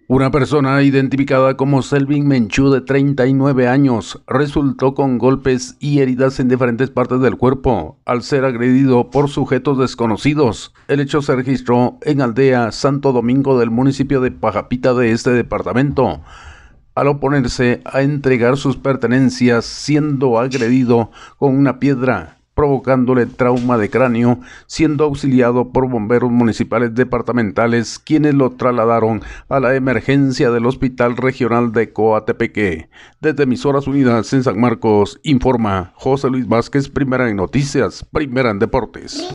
Una persona identificada como Selvin Menchú de 39 años resultó con golpes y heridas en diferentes partes del cuerpo al ser agredido por sujetos desconocidos. El hecho se registró en Aldea Santo Domingo del municipio de Pajapita de este departamento. Al oponerse a entregar sus pertenencias, siendo agredido con una piedra, provocándole trauma de cráneo, siendo auxiliado por bomberos municipales departamentales, quienes lo trasladaron a la emergencia del Hospital Regional de Coatepeque. Desde Emisoras Unidas en San Marcos, informa José Luis Vázquez, primera en noticias, primera en deportes.